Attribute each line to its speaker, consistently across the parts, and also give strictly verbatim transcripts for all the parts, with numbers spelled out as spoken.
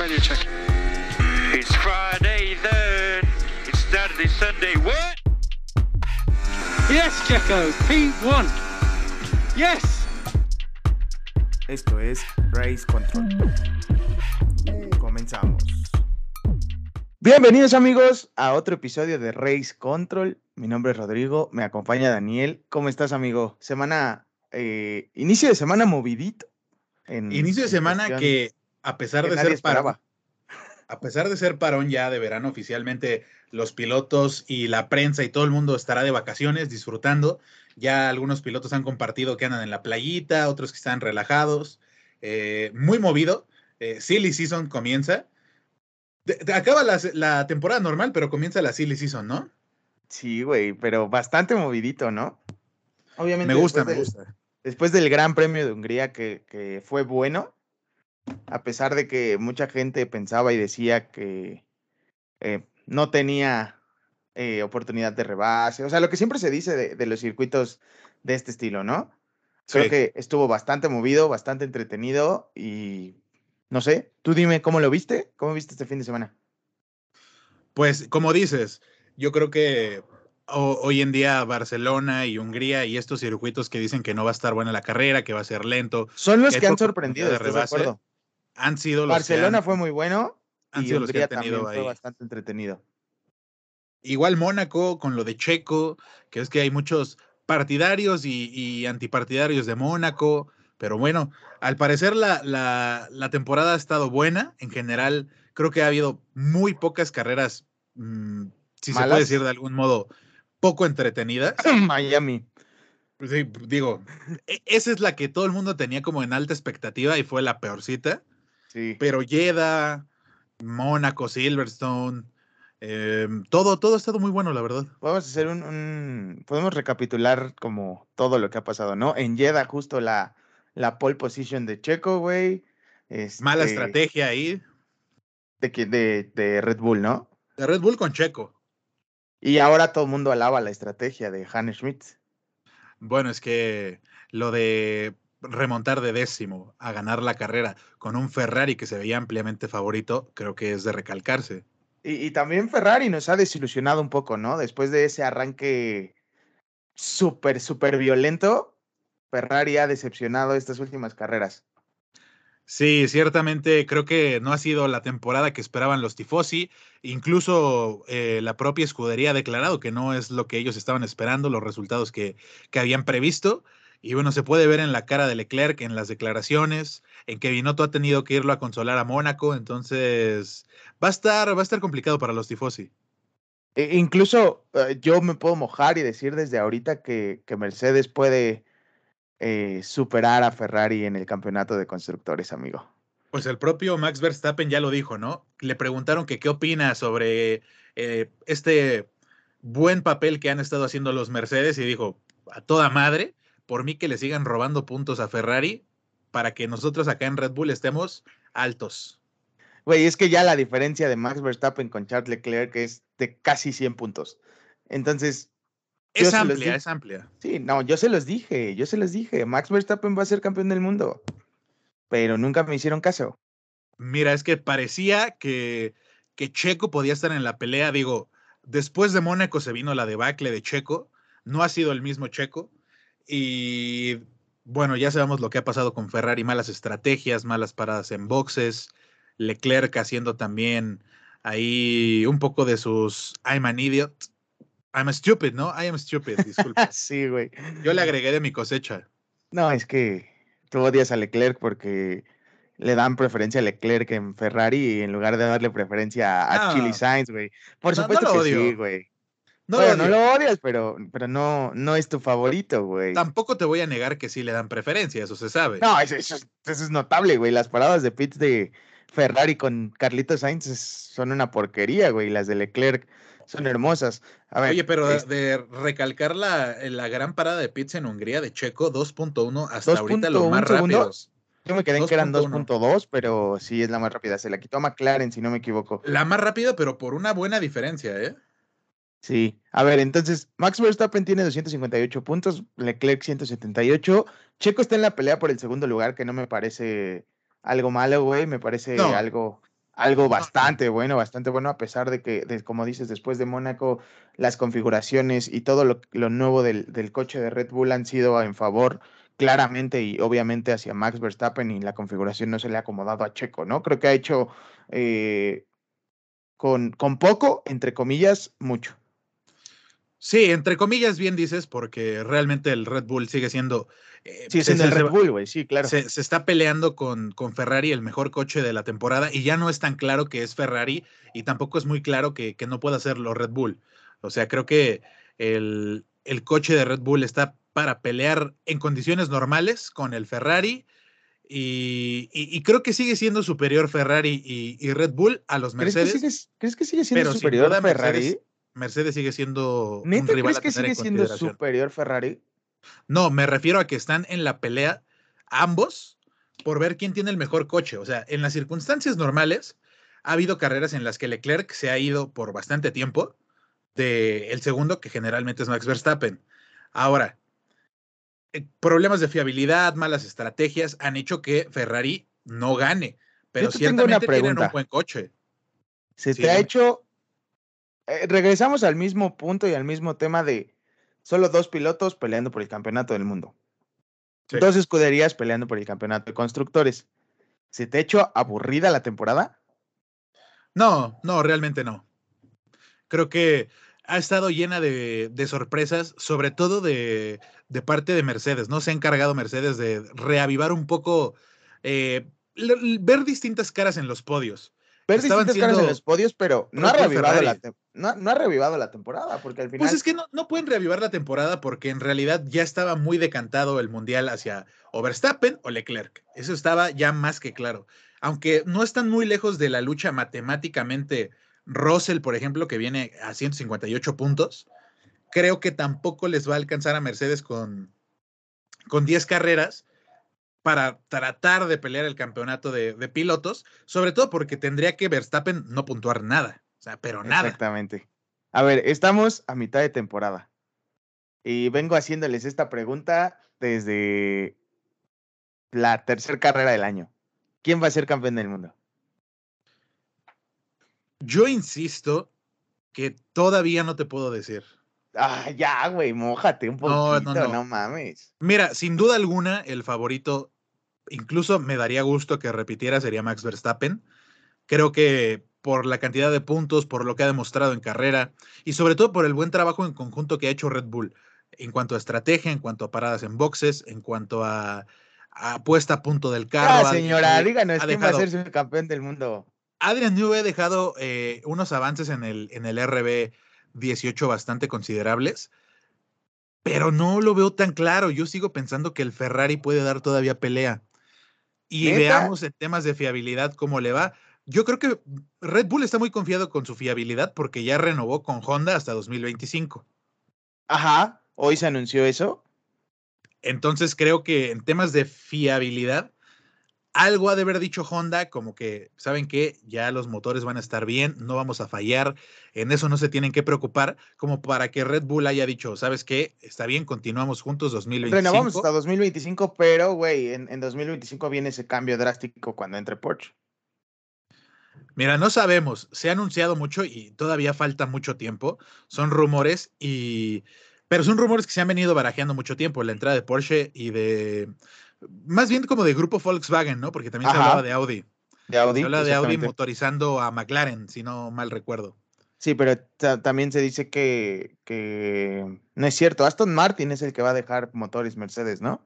Speaker 1: radio check. It's Friday then. It's Saturday, Sunday. What? Yes, Checo. P one. Yes.
Speaker 2: Esto es Race Control. Comenzamos. Bienvenidos amigos a otro episodio de Race Control. Mi nombre es Rodrigo, me acompaña Daniel. ¿Cómo estás, amigo? Semana, eh, inicio de semana movidito. En,
Speaker 3: inicio de semana cuestión, que a pesar de ser parón, a pesar de ser parón ya de verano oficialmente, los pilotos y la prensa y todo el mundo estará de vacaciones disfrutando. Ya algunos pilotos han compartido que andan en la playita, otros que están relajados. Eh, muy movido. Eh, Silly Season comienza. De, de, acaba la, la temporada normal, pero comienza la Silly Season, ¿no?
Speaker 2: Sí, güey, pero bastante movidito, ¿no?
Speaker 3: Obviamente. Me gusta, me
Speaker 2: del,
Speaker 3: gusta.
Speaker 2: Después del Gran Premio de Hungría, que, que fue bueno, a pesar de que mucha gente pensaba y decía que eh, no tenía eh, oportunidad de rebase, o sea, lo que siempre se dice de, de los circuitos de este estilo, ¿no? Creo sí. que estuvo bastante movido, bastante entretenido y no sé, tú dime cómo lo viste, cómo viste este fin de semana.
Speaker 3: Pues, como dices, yo creo que o, hoy en día Barcelona y Hungría y estos circuitos que dicen que no va a estar buena la carrera, que va a ser lento.
Speaker 2: Son los que, que han sorprendido, de ¿estás de acuerdo?
Speaker 3: Han sido los
Speaker 2: Barcelona
Speaker 3: que han,
Speaker 2: fue muy bueno
Speaker 3: han
Speaker 2: y
Speaker 3: sido
Speaker 2: Hungría
Speaker 3: los que han
Speaker 2: también
Speaker 3: ahí.
Speaker 2: fue bastante entretenido.
Speaker 3: Igual Mónaco con lo de Checo, que es que hay muchos partidarios y, y antipartidarios de Mónaco, pero bueno, al parecer la, la, la temporada ha estado buena, en general creo que ha habido muy pocas carreras, mmm, si ¿malas? Se puede decir de algún modo, poco entretenidas.
Speaker 2: Miami.
Speaker 3: Sí, digo, esa es la que todo el mundo tenía como en alta expectativa y fue la peorcita,
Speaker 2: sí.
Speaker 3: Pero Jeddah, Mónaco, Silverstone, Eh, todo, todo ha estado muy bueno, la verdad.
Speaker 2: Podemos hacer un, un, podemos recapitular como todo lo que ha pasado, ¿no? En Jeddah justo la, la pole position de Checo, güey. Este,
Speaker 3: Mala estrategia ahí.
Speaker 2: De, de, de Red Bull, ¿no?
Speaker 3: De Red Bull con Checo.
Speaker 2: Y ahora todo el mundo alaba la estrategia de Hannes Schmidt.
Speaker 3: Bueno, es que lo de remontar de décimo a ganar la carrera con un Ferrari que se veía ampliamente favorito, creo que es de recalcarse.
Speaker 2: Y, y también Ferrari nos ha desilusionado un poco, ¿no? Después de ese arranque súper, súper violento, Ferrari ha decepcionado estas últimas carreras.
Speaker 3: Sí, ciertamente creo que no ha sido la temporada que esperaban los tifosi. Incluso eh, la propia escudería ha declarado que no es lo que ellos estaban esperando, los resultados que, que habían previsto. Y bueno, se puede ver en la cara de Leclerc, en las declaraciones, en que Binotto ha tenido que irlo a consolar a Mónaco. Entonces va a estar, va a estar complicado para los tifosi.
Speaker 2: E incluso uh, yo me puedo mojar y decir desde ahorita que, que Mercedes puede eh, superar a Ferrari en el campeonato de constructores, amigo.
Speaker 3: Pues el propio Max Verstappen ya lo dijo, ¿no? Le preguntaron que qué opina sobre eh, este buen papel que han estado haciendo los Mercedes y dijo, a toda madre, por mí que le sigan robando puntos a Ferrari para que nosotros acá en Red Bull estemos altos.
Speaker 2: Güey, es que ya la diferencia de Max Verstappen con Charles Leclerc es de casi cien puntos. Entonces...
Speaker 3: Es amplia, es amplia.
Speaker 2: Sí, no, yo se los dije, yo se los dije. Max Verstappen va a ser campeón del mundo. Pero nunca me hicieron caso.
Speaker 3: Mira, es que parecía que, que Checo podía estar en la pelea. Digo, después de Mónaco se vino la debacle de Checo. No ha sido el mismo Checo. Y bueno, ya sabemos lo que ha pasado con Ferrari. Malas estrategias, malas paradas en boxes. Leclerc haciendo también ahí un poco de sus I'm an idiot. I'm a stupid, ¿no? I am stupid, disculpa.
Speaker 2: Sí, güey.
Speaker 3: Yo le agregué de mi cosecha.
Speaker 2: No, es que tú odias a Leclerc porque le dan preferencia a Leclerc en Ferrari en lugar de darle preferencia a no. Chili Sainz, güey. Por
Speaker 3: no,
Speaker 2: supuesto
Speaker 3: no lo
Speaker 2: que
Speaker 3: odio.
Speaker 2: sí, güey.
Speaker 3: No,
Speaker 2: bueno,
Speaker 3: lo
Speaker 2: no lo odias, pero, pero no, no es tu favorito, güey.
Speaker 3: Tampoco te voy a negar que sí le dan preferencia, eso se sabe.
Speaker 2: No, eso, eso, eso es notable, güey. Las paradas de pits de Ferrari con Carlitos Sainz es, son una porquería, güey. Las de Leclerc son hermosas. A ver,
Speaker 3: Oye, pero de, de recalcar la, la gran parada de pits en Hungría de Checo, dos punto uno hasta ahorita los más rápidos.
Speaker 2: Yo me quedé en que eran dos punto dos, pero sí es la más rápida. Se la quitó a McLaren, si no me equivoco.
Speaker 3: La más rápida, pero por una buena diferencia, ¿eh?
Speaker 2: Sí. A ver, entonces, Max Verstappen tiene doscientos cincuenta y ocho puntos, Leclerc ciento setenta y ocho. Checo está en la pelea por el segundo lugar, que no me parece algo malo, güey. Me parece no. algo... algo bastante bueno, bastante bueno, a pesar de que, de, como dices, después de Mónaco, las configuraciones y todo lo, lo nuevo del, del coche de Red Bull han sido en favor claramente y obviamente hacia Max Verstappen, y la configuración no se le ha acomodado a Checo, ¿no? Creo que ha hecho eh, con, con poco, entre comillas, mucho.
Speaker 3: Sí, entre comillas bien dices, porque realmente el Red Bull sigue siendo...
Speaker 2: Eh, sí, siendo
Speaker 3: se,
Speaker 2: el Red
Speaker 3: se,
Speaker 2: Bull, güey, sí, claro.
Speaker 3: Se, se está peleando con, con Ferrari el mejor coche de la temporada y ya no es tan claro que es Ferrari y tampoco es muy claro que, que no pueda hacerlo Red Bull. O sea, creo que el, el coche de Red Bull está para pelear en condiciones normales con el Ferrari y, y, y creo que sigue siendo superior Ferrari y, y Red Bull a los Mercedes.
Speaker 2: ¿Crees que sigue, ¿crees que sigue siendo
Speaker 3: pero
Speaker 2: superior
Speaker 3: sin duda,
Speaker 2: Ferrari?
Speaker 3: Mercedes, Mercedes sigue siendo un
Speaker 2: ¿Neta
Speaker 3: rival
Speaker 2: crees
Speaker 3: a
Speaker 2: que
Speaker 3: tener
Speaker 2: sigue
Speaker 3: en
Speaker 2: siendo
Speaker 3: consideración?
Speaker 2: superior Ferrari?
Speaker 3: No, me refiero a que están en la pelea ambos por ver quién tiene el mejor coche. O sea, en las circunstancias normales ha habido carreras en las que Leclerc se ha ido por bastante tiempo de el segundo, que generalmente es Max Verstappen. Ahora, eh, problemas de fiabilidad, malas estrategias han hecho que Ferrari no gane, pero
Speaker 2: Yo te tengo una
Speaker 3: ciertamente tienen un
Speaker 2: pregunta.
Speaker 3: buen coche.
Speaker 2: ¿Se
Speaker 3: Sí,
Speaker 2: te ha
Speaker 3: dime.
Speaker 2: hecho... Eh, regresamos al mismo punto y al mismo tema de solo dos pilotos peleando por el campeonato del mundo.
Speaker 3: Sí.
Speaker 2: Dos escuderías peleando por el campeonato de constructores. ¿Se te ha hecho aburrida la temporada?
Speaker 3: No, no, realmente no. Creo que ha estado llena de, de sorpresas, sobre todo de, de parte de Mercedes, ¿no? Se ha encargado Mercedes de reavivar un poco, eh, l- ver distintas caras en los podios, que
Speaker 2: Ver
Speaker 3: estaban
Speaker 2: distintas caras en
Speaker 3: siendo
Speaker 2: los podios, pero no ha
Speaker 3: Red Bull,
Speaker 2: revivado la,
Speaker 3: Ferrari.
Speaker 2: te- no, no ha revivado la temporada, porque al
Speaker 3: Pues
Speaker 2: final...
Speaker 3: es que no, no pueden reavivar la temporada porque en realidad ya estaba muy decantado el mundial hacia o Verstappen o Leclerc. Eso estaba ya más que claro. Aunque no están muy lejos de la lucha matemáticamente, Russell, por ejemplo, que viene a ciento cincuenta y ocho puntos, creo que tampoco les va a alcanzar a Mercedes con, con diez carreras para tratar de pelear el campeonato de, de pilotos, sobre todo porque tendría que Verstappen no puntuar nada, o sea, pero nada.
Speaker 2: Exactamente. A ver, estamos a mitad de temporada y vengo haciéndoles esta pregunta desde la tercera carrera del año. ¿Quién va a ser campeón del mundo?
Speaker 3: Yo insisto que todavía no te puedo decir.
Speaker 2: Ah, ya, güey, mójate un
Speaker 3: No,
Speaker 2: poquito,
Speaker 3: no, no.
Speaker 2: no mames.
Speaker 3: Mira, sin duda alguna, el favorito, incluso me daría gusto que repitiera, sería Max Verstappen. Creo que por la cantidad de puntos, por lo que ha demostrado en carrera y sobre todo por el buen trabajo en conjunto que ha hecho Red Bull en cuanto a estrategia, en cuanto a paradas en boxes, en cuanto a, a puesta a punto del carro.
Speaker 2: Ya,
Speaker 3: Adrian
Speaker 2: señora,
Speaker 3: Newey
Speaker 2: díganos
Speaker 3: ha
Speaker 2: quién va a
Speaker 3: dejado,
Speaker 2: ser su campeón del mundo.
Speaker 3: Adrian Newey ha dejado eh, unos avances en el, en el R B dieciocho bastante considerables, pero no lo veo tan claro. Yo sigo pensando que el Ferrari puede dar todavía pelea. Y
Speaker 2: ¿Neta?
Speaker 3: veamos en temas de fiabilidad cómo le va. Yo creo que Red Bull está muy confiado con su fiabilidad porque ya renovó con Honda hasta dos mil veinticinco.
Speaker 2: Ajá, hoy se anunció eso.
Speaker 3: Entonces creo que en temas de fiabilidad, algo ha de haber dicho Honda, como que, ¿saben qué? Ya los motores van a estar bien, no vamos a fallar, en eso no se tienen que preocupar, como para que Red Bull haya dicho, ¿sabes qué? Está bien, continuamos juntos dos mil veinticinco.
Speaker 2: Renovamos hasta dos mil veinticinco, pero, güey, en, en dos mil veinticinco viene ese cambio drástico cuando entre Porsche.
Speaker 3: Mira, no sabemos, se ha anunciado mucho y todavía falta mucho tiempo, son rumores y... Pero son rumores que se han venido barajeando mucho tiempo, la entrada de Porsche y de... Más bien como de grupo Volkswagen, ¿no? Porque también
Speaker 2: Ajá,
Speaker 3: se hablaba de Audi.
Speaker 2: de Audi,
Speaker 3: Se habla de Audi
Speaker 2: exactamente.
Speaker 3: motorizando a McLaren, si no mal recuerdo.
Speaker 2: Sí, pero ta- también se dice que, que no es cierto. Aston Martin es el que va a dejar motores Mercedes, ¿no?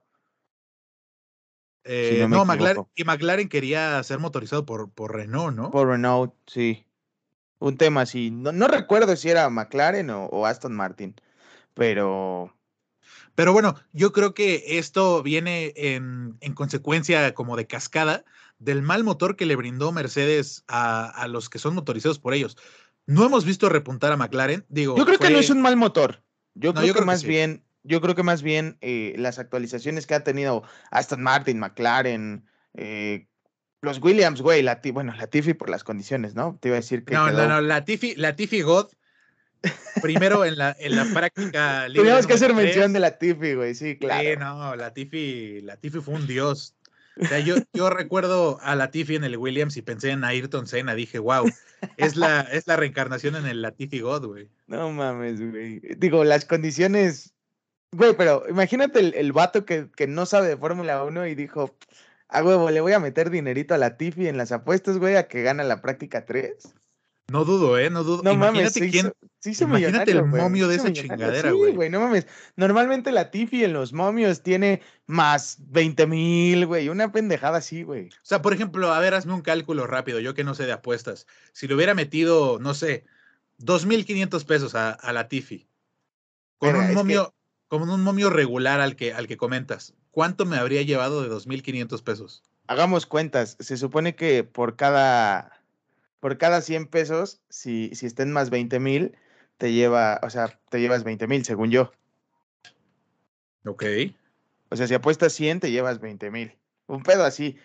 Speaker 2: Si
Speaker 3: Eh,
Speaker 2: no me
Speaker 3: no, McLaren,
Speaker 2: equivoco.
Speaker 3: y McLaren quería ser motorizado por, por Renault, ¿no?
Speaker 2: Por Renault, sí. Un tema así. No, no recuerdo si era McLaren o, o Aston Martin, pero...
Speaker 3: Pero bueno, yo creo que esto viene en, en consecuencia como de cascada del mal motor que le brindó Mercedes a, a los que son motorizados por ellos. No hemos visto repuntar a McLaren, digo,
Speaker 2: Yo creo que no es
Speaker 3: fue...
Speaker 2: un mal motor. Yo
Speaker 3: No,
Speaker 2: creo
Speaker 3: yo
Speaker 2: que
Speaker 3: creo que
Speaker 2: más
Speaker 3: sí.
Speaker 2: bien, yo creo que más bien eh, las actualizaciones que ha tenido Aston Martin, McLaren, eh, los Williams, güey, la, bueno, Latifi por las condiciones, ¿no? Te iba a decir que
Speaker 3: No, no,
Speaker 2: quedó.
Speaker 3: no, Latifi, Latifi God, primero en la, en la práctica libre
Speaker 2: Teníamos que
Speaker 3: número
Speaker 2: hacer mención de
Speaker 3: tres.
Speaker 2: Latifi, güey, sí,
Speaker 3: Sí,
Speaker 2: claro.
Speaker 3: no, Latifi, Latifi fue un dios. O sea, yo, yo recuerdo a Latifi en el Williams y pensé en Ayrton Senna. Dije, wow, es la, es la reencarnación en el Latifi God, güey.
Speaker 2: No mames, güey. Digo, las condiciones. Güey, pero imagínate el, el vato que, que no sabe de Fórmula uno y dijo, a huevo, le voy a meter dinerito a Latifi en las apuestas, güey, a que gana la práctica tres.
Speaker 3: No dudo, ¿eh? No dudo.
Speaker 2: No mames,
Speaker 3: Imagínate
Speaker 2: se
Speaker 3: quién.
Speaker 2: hizo, se hizo
Speaker 3: Imagínate el
Speaker 2: millonario, güey.
Speaker 3: momio
Speaker 2: Se
Speaker 3: de
Speaker 2: hizo
Speaker 3: esa
Speaker 2: millonario.
Speaker 3: chingadera,
Speaker 2: Sí,
Speaker 3: güey.
Speaker 2: güey, no mames. Normalmente Latifi en los momios tiene más veinte mil, güey. Una pendejada así, güey.
Speaker 3: O sea, por ejemplo, a ver, hazme un cálculo rápido, yo que no sé de apuestas. Si le hubiera metido, no sé, dos mil quinientos pesos a, a Latifi, con
Speaker 2: Verga,
Speaker 3: un
Speaker 2: es que
Speaker 3: momio, con un momio regular al que, al que comentas, ¿cuánto me habría llevado de dos mil quinientos pesos?
Speaker 2: hagamos cuentas. Se supone que por cada, por cada cien pesos, si, si estén más veinte mil, te lleva, o sea, te llevas veinte mil, según yo.
Speaker 3: Ok.
Speaker 2: O sea, si apuestas cien, te llevas veinte mil. Un pedo así.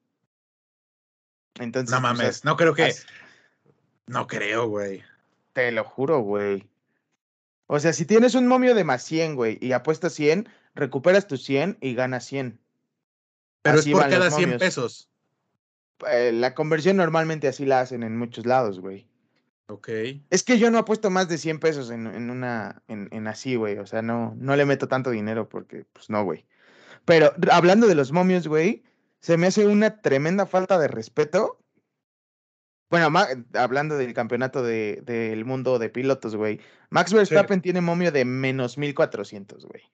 Speaker 3: No
Speaker 2: Entonces, pues,
Speaker 3: mames,
Speaker 2: haz-
Speaker 3: no creo que.
Speaker 2: haz-
Speaker 3: No creo, güey.
Speaker 2: te lo juro, güey. O sea, si tienes un momio de más cien, güey, y apuestas cien, recuperas tus cien y ganas cien.
Speaker 3: Pero es
Speaker 2: Así
Speaker 3: por
Speaker 2: van los
Speaker 3: cada cien
Speaker 2: momios.
Speaker 3: pesos.
Speaker 2: Eh, la conversión normalmente así la hacen en muchos lados, güey.
Speaker 3: Ok.
Speaker 2: Es que yo no apuesto más de cien pesos en, en una, en, en así, güey. O sea, no, no le meto tanto dinero porque, pues no, güey. Pero r- hablando de los momios, güey, se me hace una tremenda falta de respeto. Bueno, ma- hablando del campeonato de, del mundo de pilotos, güey. Max
Speaker 3: Sí.
Speaker 2: Verstappen tiene momio de menos mil cuatrocientos, güey.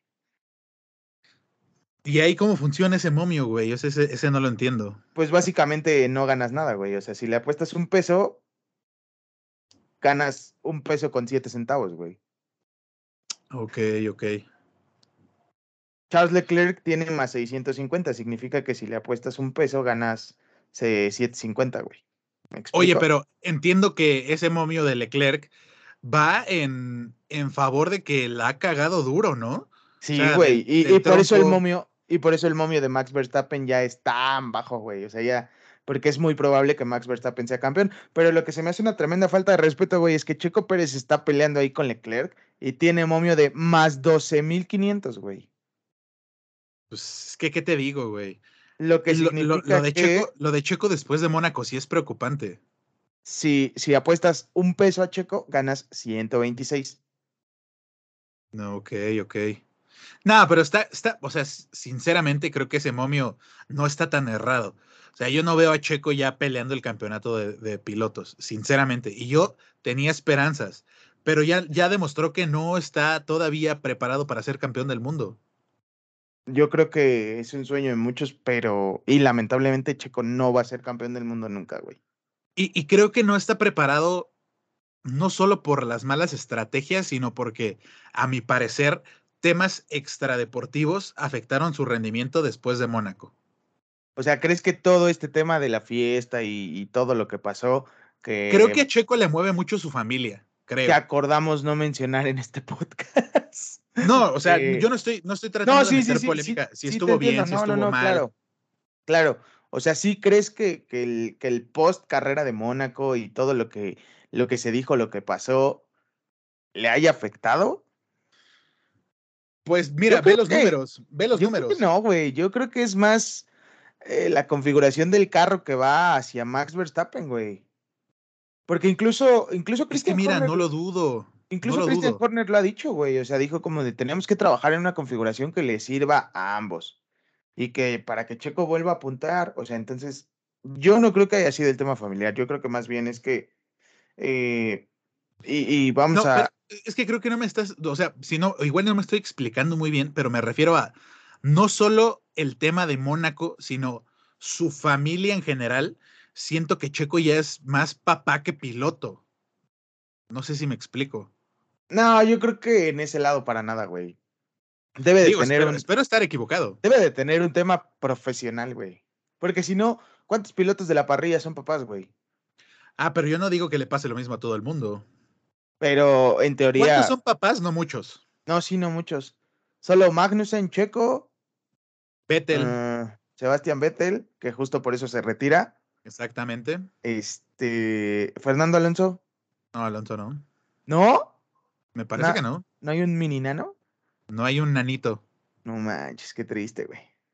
Speaker 3: ¿Y ahí cómo funciona ese momio, güey? O sea, ese, ese no lo entiendo.
Speaker 2: Pues básicamente no ganas nada, güey. O sea, si le apuestas un peso, ganas un peso con siete centavos, güey.
Speaker 3: Ok, ok.
Speaker 2: Charles Leclerc tiene más seiscientos cincuenta. Significa que si le apuestas un peso, ganas eh, setecientos cincuenta, güey. ¿Me
Speaker 3: Oye,
Speaker 2: explico?
Speaker 3: pero entiendo que ese momio de Leclerc va en, en favor de que la ha cagado duro, ¿no? O
Speaker 2: Sí,
Speaker 3: sea,
Speaker 2: güey.
Speaker 3: del,
Speaker 2: Y, y
Speaker 3: del
Speaker 2: por eso el
Speaker 3: tronco.
Speaker 2: momio, y por eso el momio de Max Verstappen ya es tan bajo, güey. O sea, ya, porque es muy probable que Max Verstappen sea campeón. Pero lo que se me hace una tremenda falta de respeto, güey, es que Checo Pérez está peleando ahí con Leclerc y tiene momio de más doce mil quinientos, güey.
Speaker 3: Pues, es que, ¿qué te digo, güey?
Speaker 2: Lo que
Speaker 3: Lo, lo, lo
Speaker 2: significa
Speaker 3: de
Speaker 2: que
Speaker 3: Checo, lo de Checo después de Mónaco sí es preocupante.
Speaker 2: si, si apuestas un peso a Checo, ganas ciento veintiséis.
Speaker 3: No, ok, ok. No, pero está, está, o sea, s- sinceramente creo que ese momio no está tan errado. O sea, yo no veo a Checo ya peleando el campeonato de, de pilotos, sinceramente. Y yo tenía esperanzas, pero ya, ya demostró que no está todavía preparado para ser campeón del mundo.
Speaker 2: Yo creo que es un sueño de muchos, pero y lamentablemente Checo no va a ser campeón del mundo nunca, güey.
Speaker 3: Y, y creo que no está preparado no solo por las malas estrategias, sino porque, a mi parecer, temas extradeportivos afectaron su rendimiento después de Mónaco.
Speaker 2: O sea, ¿crees que todo este tema de la fiesta y, y todo lo que pasó,
Speaker 3: Creo que
Speaker 2: que,
Speaker 3: a Checo le mueve mucho su familia,
Speaker 2: que
Speaker 3: creo.
Speaker 2: acordamos no mencionar en este podcast?
Speaker 3: No, o sea, yo
Speaker 2: Eh,
Speaker 3: no estoy, no estoy
Speaker 2: no,
Speaker 3: tratando de
Speaker 2: sí, sí,
Speaker 3: meter
Speaker 2: sí, sí,
Speaker 3: polémica, si
Speaker 2: sí te
Speaker 3: estuvo
Speaker 2: entiendo.
Speaker 3: bien, si
Speaker 2: No, no,
Speaker 3: estuvo
Speaker 2: no,
Speaker 3: mal.
Speaker 2: claro, claro. O sea, ¿sí crees que, que el, que el post carrera de Mónaco y todo lo que, lo que se dijo, lo que pasó, le haya afectado?
Speaker 3: Pues
Speaker 2: Yo
Speaker 3: mira, ve
Speaker 2: creo
Speaker 3: los
Speaker 2: que,
Speaker 3: números, ve los
Speaker 2: yo creo que
Speaker 3: números.
Speaker 2: no, güey. Yo creo que es más eh, la configuración del carro que va hacia Max Verstappen, güey. Porque incluso, incluso
Speaker 3: Es que
Speaker 2: Christian
Speaker 3: mira,
Speaker 2: Horner,
Speaker 3: no lo dudo, no
Speaker 2: incluso
Speaker 3: lo
Speaker 2: Christian
Speaker 3: dudo.
Speaker 2: Horner lo ha dicho, güey. O sea, dijo como de tenemos que trabajar en una configuración que le sirva a ambos. Y que para que Checo vuelva a apuntar, o sea, entonces, yo no creo que haya sido el tema familiar. Yo creo que más bien es que, eh, y, y vamos
Speaker 3: No, pero
Speaker 2: a,
Speaker 3: es que creo que no me estás, o sea, si no, igual no me estoy explicando muy bien, pero me refiero a no solo el tema de Mónaco, sino su familia en general. Siento que Checo ya es más papá que piloto. No sé si me explico.
Speaker 2: no, yo creo que en ese lado para nada, güey. Debe de
Speaker 3: Digo,
Speaker 2: tener
Speaker 3: espero,
Speaker 2: un,
Speaker 3: espero estar equivocado.
Speaker 2: debe de tener un tema profesional, güey. Porque si no, ¿cuántos pilotos de la parrilla son papás, güey?
Speaker 3: Ah, pero yo no digo que le pase lo mismo a todo el mundo.
Speaker 2: Pero en
Speaker 3: ¿Cuántos
Speaker 2: teoría,
Speaker 3: son papás? No muchos.
Speaker 2: no, sí, no muchos. Solo Magnussen, Checo,
Speaker 3: Vettel,
Speaker 2: uh, Sebastián Vettel, que justo por eso se retira.
Speaker 3: exactamente.
Speaker 2: Este, Fernando Alonso,
Speaker 3: No, Alonso no.
Speaker 2: ¿no?
Speaker 3: Me parece
Speaker 2: Na-
Speaker 3: que no.
Speaker 2: ¿No hay un mini nano?
Speaker 3: No hay un nanito.
Speaker 2: No manches, qué triste, güey.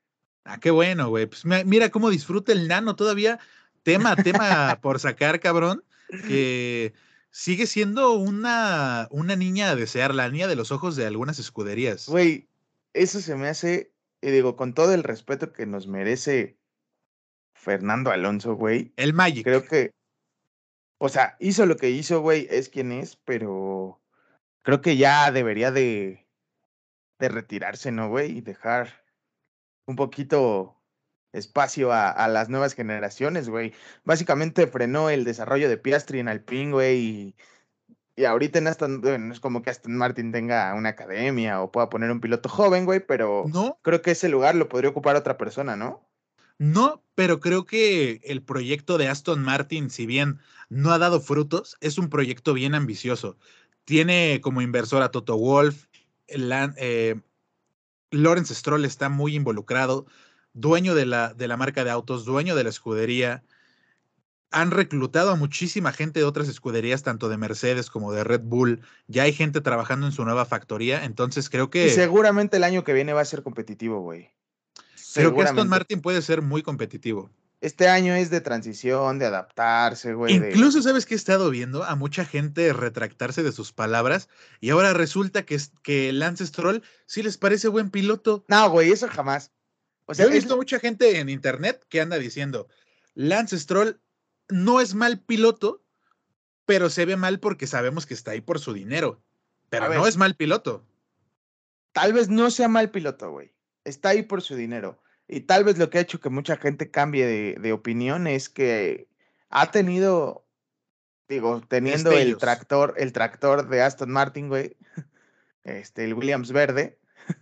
Speaker 3: Ah, qué bueno, güey. Pues mira cómo disfruta el nano todavía. Tema, tema por sacar, cabrón, que sigue siendo una, una niña a desear, la niña de los ojos de algunas escuderías.
Speaker 2: Güey, eso se me hace, y digo, con todo el respeto que nos merece Fernando Alonso, güey,
Speaker 3: El
Speaker 2: creo
Speaker 3: Magic.
Speaker 2: que, o sea, hizo lo que hizo, güey, es quien es, pero creo que ya debería de, de retirarse, ¿no, güey? Y dejar un poquito espacio a, a las nuevas generaciones, güey. Básicamente frenó el desarrollo de Piastri en Alpine, güey, y, y ahorita en Aston, bueno, no es como que Aston Martin tenga una academia o pueda poner un piloto joven, güey, pero
Speaker 3: No,
Speaker 2: creo que ese lugar lo podría ocupar otra persona, ¿no?
Speaker 3: no, pero creo que el proyecto de Aston Martin, si bien no ha dado frutos, es un proyecto bien ambicioso. Tiene como inversor a Toto Wolff, Lan- eh, Lawrence Stroll está muy involucrado, dueño de la, de la marca de autos, dueño de la escudería. Han reclutado a muchísima gente de otras escuderías, tanto de Mercedes como de Red Bull. Ya hay gente trabajando en su nueva factoría, entonces creo
Speaker 2: Y
Speaker 3: que,
Speaker 2: seguramente el año que viene va a ser competitivo, güey.
Speaker 3: creo que Aston
Speaker 2: Seguramente.
Speaker 3: Martin puede ser muy competitivo.
Speaker 2: Este año es de transición, de adaptarse, güey, de...
Speaker 3: Incluso, ¿sabes qué he estado viendo? A mucha gente retractarse de sus palabras y ahora resulta que, que Lance Stroll sí les parece buen piloto.
Speaker 2: No, güey, eso jamás. O sea,
Speaker 3: Yo he
Speaker 2: es...
Speaker 3: visto mucha gente en internet que anda diciendo, Lance Stroll no es mal piloto, pero se ve mal porque sabemos que está ahí por su dinero.
Speaker 2: A
Speaker 3: Pero no
Speaker 2: ver,
Speaker 3: es mal piloto.
Speaker 2: tal vez no sea mal piloto, güey. Está ahí por su dinero. Y tal vez lo que ha hecho que mucha gente cambie de, de opinión es que ha tenido, digo, teniendo el
Speaker 3: Destellos.
Speaker 2: tractor, el tractor de Aston Martin, güey, este, el Williams verde.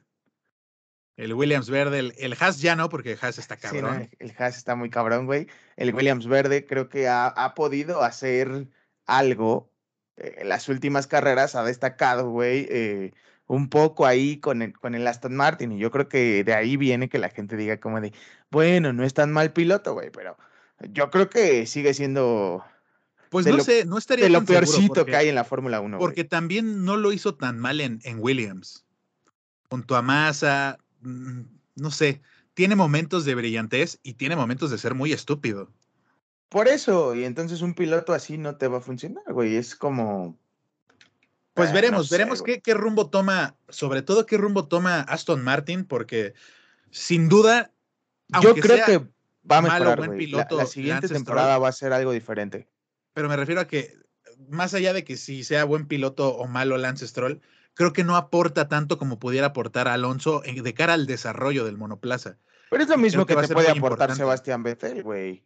Speaker 3: El Williams verde, el, el Haas ya no, porque Haas está
Speaker 2: Sí, no,
Speaker 3: cabrón.
Speaker 2: el, el Haas está muy cabrón, güey. El Williams verde creo que ha, ha podido hacer algo. eh, En las últimas carreras ha destacado, güey, eh, un poco ahí con el, con el Aston Martin. Y yo creo que de ahí viene que la gente diga como de, bueno, no es tan mal piloto, güey, pero yo creo que sigue siendo
Speaker 3: Pues
Speaker 2: de
Speaker 3: no
Speaker 2: lo,
Speaker 3: sé, no estaría
Speaker 2: de lo
Speaker 3: tan seguro,
Speaker 2: peorcito que
Speaker 3: porque,
Speaker 2: hay en la Fórmula Uno, güey.
Speaker 3: porque también no lo hizo tan mal en, en Williams. Junto a Massa, mm, no sé, tiene momentos de brillantez y tiene momentos de ser muy estúpido.
Speaker 2: Por eso, y entonces un piloto así no te va a funcionar, güey. Es como,
Speaker 3: Pues
Speaker 2: eh, no
Speaker 3: veremos,
Speaker 2: sé,
Speaker 3: veremos
Speaker 2: güey.
Speaker 3: qué, qué rumbo toma, sobre todo qué rumbo toma Aston Martin, porque sin duda,
Speaker 2: Yo
Speaker 3: aunque
Speaker 2: creo
Speaker 3: sea
Speaker 2: que va a
Speaker 3: malo o
Speaker 2: mejorar,
Speaker 3: buen
Speaker 2: güey. La, la
Speaker 3: piloto
Speaker 2: siguiente
Speaker 3: Lance Stroll,
Speaker 2: temporada va a ser algo diferente.
Speaker 3: pero me refiero a que más allá de que si sea buen piloto o malo Lance Stroll, creo que no aporta tanto como pudiera aportar Alonso en- de cara al desarrollo del monoplaza.
Speaker 2: Pero es lo
Speaker 3: Y creo
Speaker 2: mismo
Speaker 3: que
Speaker 2: que
Speaker 3: va a
Speaker 2: te
Speaker 3: ser
Speaker 2: puede
Speaker 3: muy
Speaker 2: aportar
Speaker 3: importante.
Speaker 2: Sebastián Vettel, güey.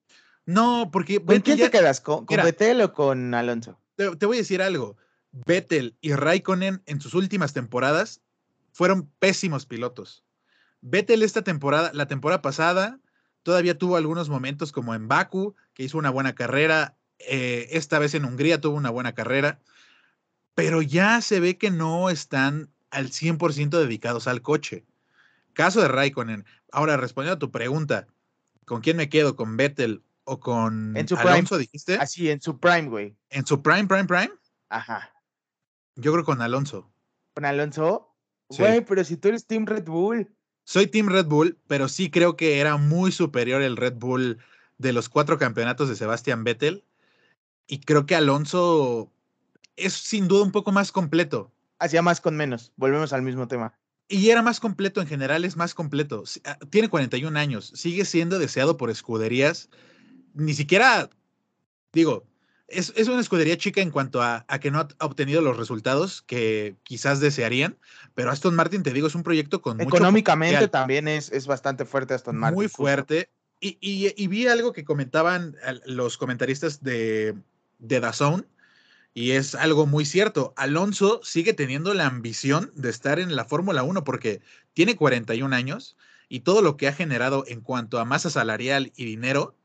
Speaker 3: No, porque
Speaker 2: ¿Con
Speaker 3: Vettel
Speaker 2: quién te
Speaker 3: ya,
Speaker 2: quedas? ¿Con, con
Speaker 3: mira,
Speaker 2: Vettel o con Alonso?
Speaker 3: te, te voy a decir algo. Vettel y Raikkonen en sus últimas temporadas fueron pésimos pilotos. Vettel esta temporada, la temporada pasada, todavía tuvo algunos momentos como en Baku, que hizo una buena carrera. Eh, esta vez en Hungría tuvo una buena carrera, pero ya se ve que no están al cien por ciento dedicados al coche. Caso de Raikkonen. Ahora, respondiendo a tu pregunta, ¿con quién me quedo? ¿Con Vettel o
Speaker 2: En
Speaker 3: con
Speaker 2: su prime.
Speaker 3: Alonso, dijiste?
Speaker 2: Así, en su prime, güey.
Speaker 3: En su prime, prime, prime.
Speaker 2: Ajá.
Speaker 3: Yo creo con Alonso.
Speaker 2: ¿Con Alonso?
Speaker 3: Sí.
Speaker 2: Güey, pero si tú eres Team Red Bull.
Speaker 3: Soy Team Red Bull, pero sí creo que era muy superior el Red Bull de los cuatro campeonatos de Sebastian Vettel. Y creo que Alonso es sin duda un poco más completo.
Speaker 2: Hacía más con menos. Volvemos al mismo tema.
Speaker 3: Y era más completo en general, es más completo. Tiene cuarenta y un años, sigue siendo deseado por escuderías. Ni siquiera, digo, es, es una escudería chica en cuanto a, a, que no ha obtenido los resultados que quizás desearían, pero Aston Martin, te digo, es un proyecto con mucho
Speaker 2: Económicamente
Speaker 3: potencial,
Speaker 2: también es, es bastante fuerte Aston
Speaker 3: muy
Speaker 2: Martin, justo.
Speaker 3: fuerte. Y, y, y vi algo que comentaban los comentaristas de, de D A Z N, y es algo muy cierto. Alonso sigue teniendo la ambición de estar en la Fórmula uno porque tiene cuarenta y un años y todo lo que ha generado en cuanto a masa salarial y dinero,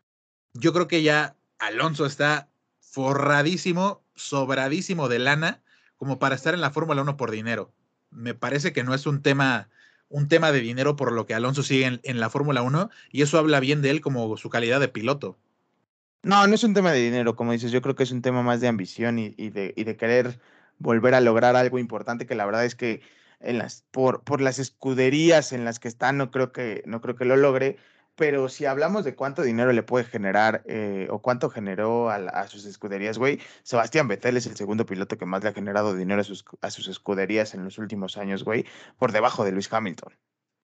Speaker 3: yo creo que ya Alonso está forradísimo, sobradísimo de lana como para estar en la Fórmula uno por dinero. Me parece que no es un tema, un tema de dinero por lo que Alonso sigue en, en la Fórmula uno y eso habla bien de él como su calidad de piloto.
Speaker 2: No, no es un tema de dinero, como dices, yo creo que es un tema más de ambición y, y de, y de querer volver a lograr algo importante, que la verdad es que en las, por, por las escuderías en las que está, no creo que, no creo que lo logre. Pero si hablamos de cuánto dinero le puede generar eh, o cuánto generó a, la- a sus escuderías, güey, Sebastián Vettel es el segundo piloto que más le ha generado dinero a sus, a sus escuderías en los últimos años, güey, por debajo de Lewis Hamilton.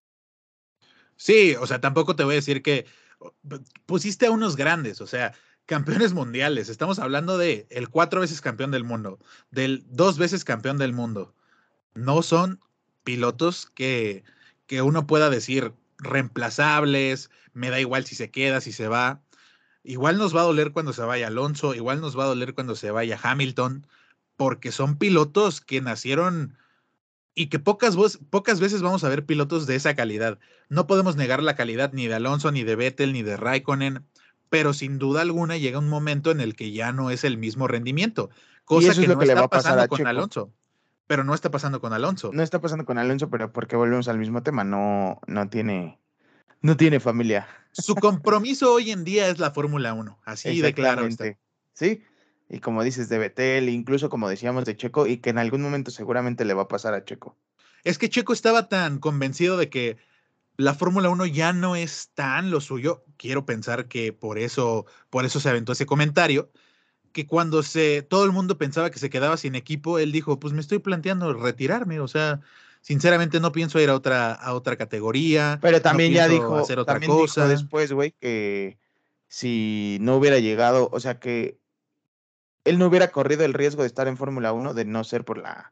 Speaker 3: Sí, o sea, tampoco te voy a decir que pusiste a unos grandes, o sea, campeones mundiales. Estamos hablando de el cuatro veces campeón del mundo, del dos veces campeón del mundo. No son pilotos que, que uno pueda decir reemplazables, me da igual si se queda, si se va. Igual nos va a doler cuando se vaya Alonso, igual nos va a doler cuando se vaya Hamilton, porque son pilotos que nacieron y que pocas, pocas veces vamos a ver pilotos de esa calidad. No podemos negar la calidad ni de Alonso, ni de Vettel, ni de Raikkonen, pero sin duda alguna llega un momento en el que ya no es el mismo rendimiento,
Speaker 2: Y
Speaker 3: cosa
Speaker 2: eso es
Speaker 3: que
Speaker 2: lo
Speaker 3: no
Speaker 2: que le va
Speaker 3: está
Speaker 2: a pasar
Speaker 3: pasando
Speaker 2: a
Speaker 3: con
Speaker 2: Checo.
Speaker 3: Alonso, pero no está pasando con Alonso.
Speaker 2: No está pasando con Alonso, pero porque volvemos al mismo tema, no, no tiene, no tiene familia.
Speaker 3: Su compromiso hoy en día es la Fórmula uno, así de claro está.
Speaker 2: Exactamente, sí. Y como dices de Vettel, incluso como decíamos de Checo, y que en algún momento seguramente le va a pasar a Checo.
Speaker 3: Es que Checo estaba tan convencido de que la Fórmula uno ya no es tan lo suyo, quiero pensar que por eso, por eso se aventó ese comentario, que cuando se, todo el mundo pensaba que se quedaba sin equipo, él dijo, pues me estoy planteando retirarme, o sea, sinceramente no pienso ir a otra, a otra categoría,
Speaker 2: Pero
Speaker 3: no
Speaker 2: también ya
Speaker 3: pienso
Speaker 2: dijo,
Speaker 3: hacer otra
Speaker 2: también dijo
Speaker 3: cosa.
Speaker 2: después, güey, que si no hubiera llegado, o sea, que él no hubiera corrido el riesgo de estar en Fórmula uno de no ser por la,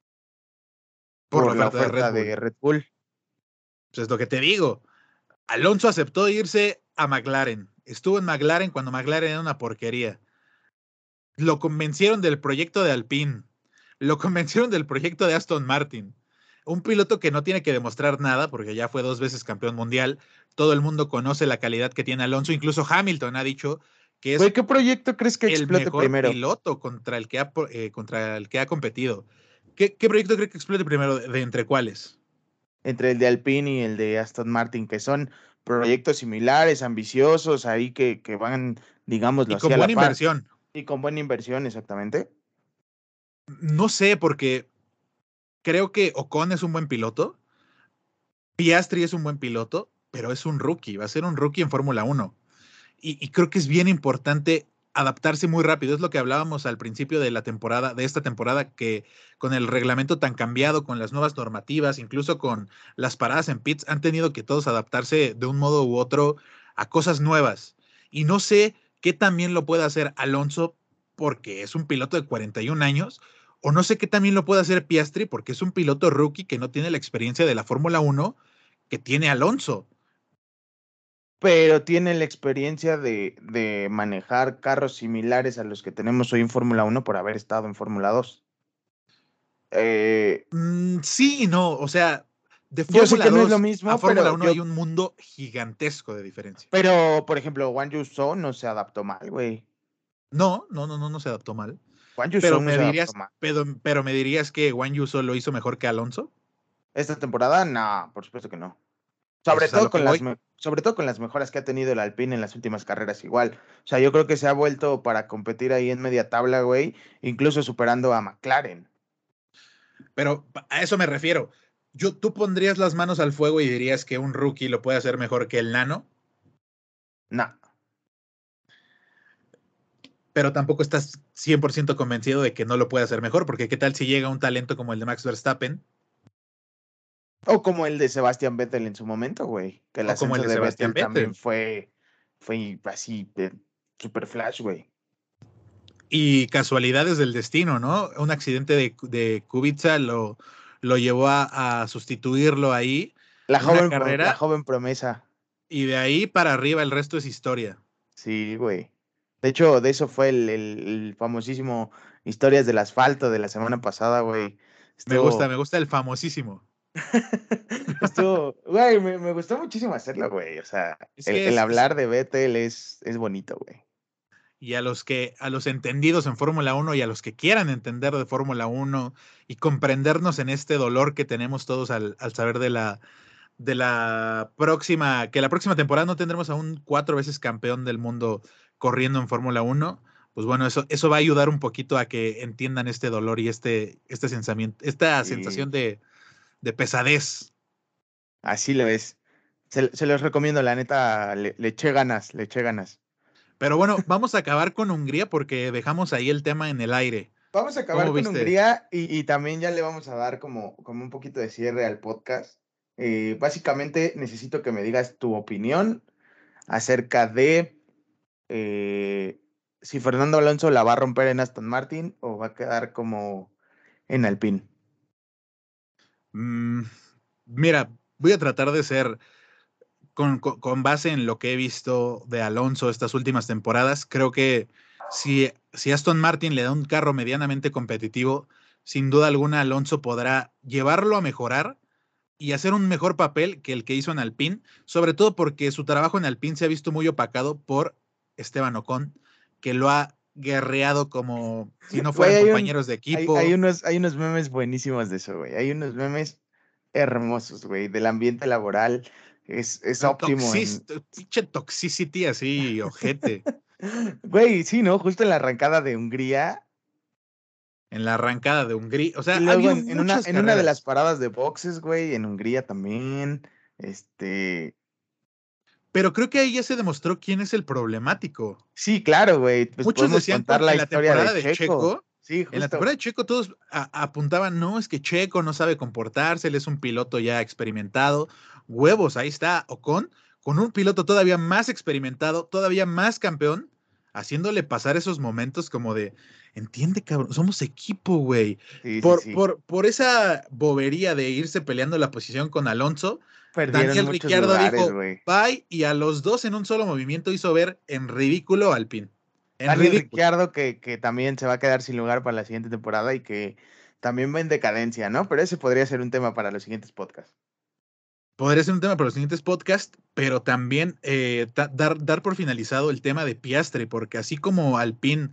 Speaker 3: Por la
Speaker 2: por la
Speaker 3: oferta de Red
Speaker 2: oferta
Speaker 3: Bull.
Speaker 2: de Red Bull.
Speaker 3: Pues es lo que te digo. Alonso aceptó irse a McLaren. Estuvo en McLaren cuando McLaren era una porquería. Lo convencieron del proyecto de Alpine. Lo convencieron del proyecto de Aston Martin. Un piloto que no tiene que demostrar nada porque ya fue dos veces campeón mundial. Todo el mundo conoce la calidad que tiene Alonso. Incluso Hamilton ha dicho que es
Speaker 2: Güey, ¿qué proyecto crees que
Speaker 3: el
Speaker 2: explote
Speaker 3: mejor
Speaker 2: primero?
Speaker 3: piloto contra el que ha, eh, contra el que ha competido. ¿Qué, ¿Qué proyecto cree que explote primero? ¿De, de entre cuáles?
Speaker 2: Entre el de Alpine y el de Aston Martin, que son proyectos similares, ambiciosos, ahí que, que van, digámoslo
Speaker 3: Y
Speaker 2: así,
Speaker 3: con
Speaker 2: a la
Speaker 3: buena
Speaker 2: par.
Speaker 3: inversión.
Speaker 2: Y con buena inversión, exactamente.
Speaker 3: No sé, porque creo que Ocon es un buen piloto. Piastri es un buen piloto, pero es un rookie. Va a ser un rookie en Fórmula uno. Y, y creo que es bien importante adaptarse muy rápido. Es lo que hablábamos al principio de la temporada, de esta temporada, que con el reglamento tan cambiado, con las nuevas normativas, incluso con las paradas en pits, han tenido que todos adaptarse de un modo u otro a cosas nuevas. Y no sé qué también lo puede hacer Alonso porque es un piloto de cuarenta y un años, o no sé qué también lo puede hacer Piastri porque es un piloto rookie que no tiene la experiencia de la Fórmula uno que tiene Alonso.
Speaker 2: Pero tiene la experiencia de, de manejar carros similares a los que tenemos hoy en Fórmula uno por haber estado en Fórmula dos. Eh,
Speaker 3: Mm, sí y no, o sea, de
Speaker 2: yo sé
Speaker 3: Fórmula
Speaker 2: que no es lo
Speaker 3: dos a
Speaker 2: mismo,
Speaker 3: Fórmula
Speaker 2: pero
Speaker 3: uno
Speaker 2: yo,
Speaker 3: hay un mundo gigantesco de diferencia.
Speaker 2: pero por ejemplo, Wang Yuso no se adaptó mal, güey.
Speaker 3: No, no, no, no, no se adaptó mal.
Speaker 2: Wang Yuso
Speaker 3: Pero
Speaker 2: no
Speaker 3: me
Speaker 2: se adaptó
Speaker 3: dirías,
Speaker 2: mal.
Speaker 3: pero, pero me dirías que Juan Yuso lo hizo mejor que Alonso.
Speaker 2: Esta temporada, no, por supuesto que no.
Speaker 3: Eso
Speaker 2: Sobre
Speaker 3: es a
Speaker 2: todo
Speaker 3: lo que
Speaker 2: con las,
Speaker 3: voy.
Speaker 2: me- sobre todo con las mejoras que ha tenido el Alpine en las últimas carreras igual. O sea, yo creo que se ha vuelto para competir ahí en media tabla, güey, incluso superando a McLaren.
Speaker 3: Pero a eso me refiero. Yo, ¿tú pondrías las manos al fuego y dirías que un rookie lo puede hacer mejor que el nano?
Speaker 2: No.
Speaker 3: Pero tampoco estás cien por ciento convencido de que no lo puede hacer mejor, porque ¿qué tal si llega un talento como el de Max Verstappen?
Speaker 2: O como el de Sebastian Vettel en su momento, güey. Que el
Speaker 3: O como el
Speaker 2: ascenso
Speaker 3: de
Speaker 2: de
Speaker 3: Sebastián
Speaker 2: Vettel también
Speaker 3: Vettel.
Speaker 2: fue, fue así, de super flash, güey.
Speaker 3: Y casualidades del destino, ¿no? Un accidente de, de Kubica lo, lo llevó a, a sustituirlo ahí
Speaker 2: La
Speaker 3: en una
Speaker 2: joven, pro- la
Speaker 3: carrera
Speaker 2: joven promesa.
Speaker 3: y de ahí para arriba el resto es historia.
Speaker 2: Sí, güey. De hecho, de eso fue el, el- el famosísimo Historias del Asfalto de la semana pasada, güey.
Speaker 3: Me gusta,
Speaker 2: Estuvo,
Speaker 3: me gusta el famosísimo.
Speaker 2: estuvo, güey, me, me gustó muchísimo hacerlo, güey. O sea,
Speaker 3: Es
Speaker 2: el,
Speaker 3: que
Speaker 2: el
Speaker 3: es, es-
Speaker 2: hablar de Vettel es, es bonito, güey.
Speaker 3: y a los que, a los entendidos en Fórmula uno y a los que quieran entender de Fórmula uno y comprendernos en este dolor que tenemos todos al, al saber de la, de la próxima, que la próxima temporada no tendremos a un cuatro veces campeón del mundo corriendo en Fórmula uno, pues bueno, eso, eso va a ayudar un poquito a que entiendan este dolor y este, este sensamiento, esta
Speaker 2: Y
Speaker 3: sensación de, de pesadez.
Speaker 2: Así lo es. Se, se los recomiendo, la neta, le, le eché ganas, le eché ganas.
Speaker 3: Pero bueno, vamos a acabar con Hungría porque dejamos ahí el tema en el aire.
Speaker 2: Vamos a acabar con Hungría y, y también ya le vamos a dar como, como un poquito de cierre al podcast. Eh, básicamente necesito que me digas tu opinión acerca de eh, si Fernando Alonso la va a romper en Aston Martin o va a quedar como en Alpine.
Speaker 3: Mm, mira, voy a tratar de ser, con, con, con base en lo que he visto de Alonso estas últimas temporadas, creo que si, si Aston Martin le da un carro medianamente competitivo, sin duda alguna Alonso podrá llevarlo a mejorar y hacer un mejor papel que el que hizo en Alpine, sobre todo porque su trabajo en Alpine se ha visto muy opacado por Esteban Ocon, que lo ha guerreado como si no fueran
Speaker 2: Güey,
Speaker 3: compañeros
Speaker 2: un,
Speaker 3: de equipo.
Speaker 2: Hay, hay, unos, hay unos memes buenísimos de eso, güey. Hay unos memes hermosos, güey, del ambiente laboral. Es, es óptimo.
Speaker 3: Toxis,
Speaker 2: En...
Speaker 3: pinche toxicity así, ojete.
Speaker 2: Güey, sí, ¿no? Justo en la arrancada de Hungría.
Speaker 3: En la arrancada de Hungría. O sea,
Speaker 2: Y
Speaker 3: ha
Speaker 2: luego
Speaker 3: habido
Speaker 2: en, en, una,
Speaker 3: muchas
Speaker 2: en una de las
Speaker 3: carreras.
Speaker 2: paradas de boxes, güey, en Hungría también. Este.
Speaker 3: Pero creo que ahí ya se demostró quién es el problemático.
Speaker 2: Sí, claro, güey. Pues
Speaker 3: Muchos
Speaker 2: podemos
Speaker 3: decían
Speaker 2: contar
Speaker 3: con,
Speaker 2: la
Speaker 3: en la
Speaker 2: historia
Speaker 3: temporada
Speaker 2: de
Speaker 3: de
Speaker 2: Checo.
Speaker 3: Checo,
Speaker 2: Sí,
Speaker 3: en la
Speaker 2: justo.
Speaker 3: temporada de Checo todos a, apuntaban, no, es que Checo no sabe comportarse, él es un piloto ya experimentado. Huevos, ahí está Ocon, con un piloto todavía más experimentado, todavía más campeón, haciéndole pasar esos momentos como de, entiende, cabrón, somos equipo, güey.
Speaker 2: Sí, sí,
Speaker 3: Por,
Speaker 2: sí.
Speaker 3: por, por esa bobería de irse peleando la posición con Alonso,
Speaker 2: Perdieron
Speaker 3: Daniel
Speaker 2: muchos
Speaker 3: Ricciardo
Speaker 2: lugares,
Speaker 3: dijo,
Speaker 2: güey.
Speaker 3: bye, y a los dos en un solo movimiento hizo ver en ridículo al Alpine. En
Speaker 2: Daniel
Speaker 3: ridículo.
Speaker 2: Ricciardo, que, que también se va a quedar sin lugar para la siguiente temporada y que también va en decadencia, ¿no? Pero ese podría ser un tema para los siguientes podcasts.
Speaker 3: Podría ser un tema para los siguientes podcasts, pero también eh, dar, dar por finalizado el tema de Piastri, porque así como Alpine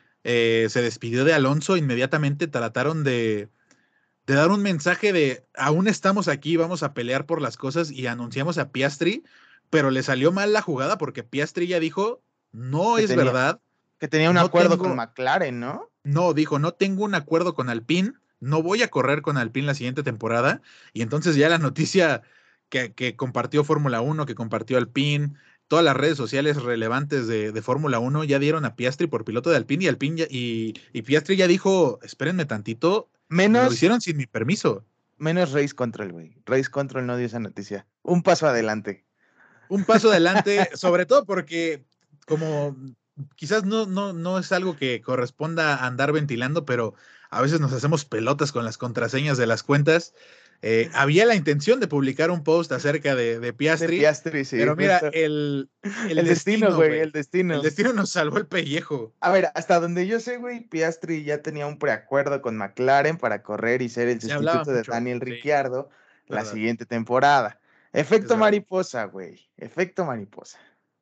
Speaker 3: eh, se despidió de Alonso, inmediatamente trataron de, de dar un mensaje de aún estamos aquí, vamos a pelear por las cosas y anunciamos a Piastri, pero le salió mal la jugada porque Piastri ya dijo, no
Speaker 2: Que
Speaker 3: es
Speaker 2: tenía,
Speaker 3: verdad,
Speaker 2: que tenía un
Speaker 3: no
Speaker 2: acuerdo con
Speaker 3: tengo,
Speaker 2: McLaren, ¿no?
Speaker 3: no, dijo, no tengo un acuerdo con Alpine, no voy a correr con Alpine la siguiente temporada. Y entonces ya la noticia que, que compartió Fórmula uno, que compartió Alpine, todas las redes sociales relevantes de, de Fórmula uno ya dieron a Piastri por piloto de Alpine y Alpine ya, y, y Piastri ya dijo, espérenme tantito,
Speaker 2: Menos,
Speaker 3: lo hicieron sin mi permiso.
Speaker 2: menos Race Control, güey. Race Control no dio esa noticia. Un paso adelante.
Speaker 3: Un paso adelante, sobre todo porque como quizás no, no, no es algo que corresponda a andar ventilando, pero a veces nos hacemos pelotas con las contraseñas de las cuentas. Eh, había la intención de publicar un post acerca de, de Piastri,
Speaker 2: De Piastri, sí,
Speaker 3: pero mira,
Speaker 2: justo.
Speaker 3: el, el,
Speaker 2: El destino, güey,
Speaker 3: güey.
Speaker 2: el destino.
Speaker 3: El destino nos salvó el pellejo.
Speaker 2: A ver, hasta donde yo sé, güey, Piastri ya tenía un preacuerdo con McLaren para correr y ser el
Speaker 3: Se hablaba
Speaker 2: sustituto de
Speaker 3: mucho,
Speaker 2: Daniel
Speaker 3: sí,
Speaker 2: Ricciardo la
Speaker 3: verdad,
Speaker 2: siguiente temporada. Efecto
Speaker 3: es verdad.
Speaker 2: mariposa, güey. Efecto mariposa.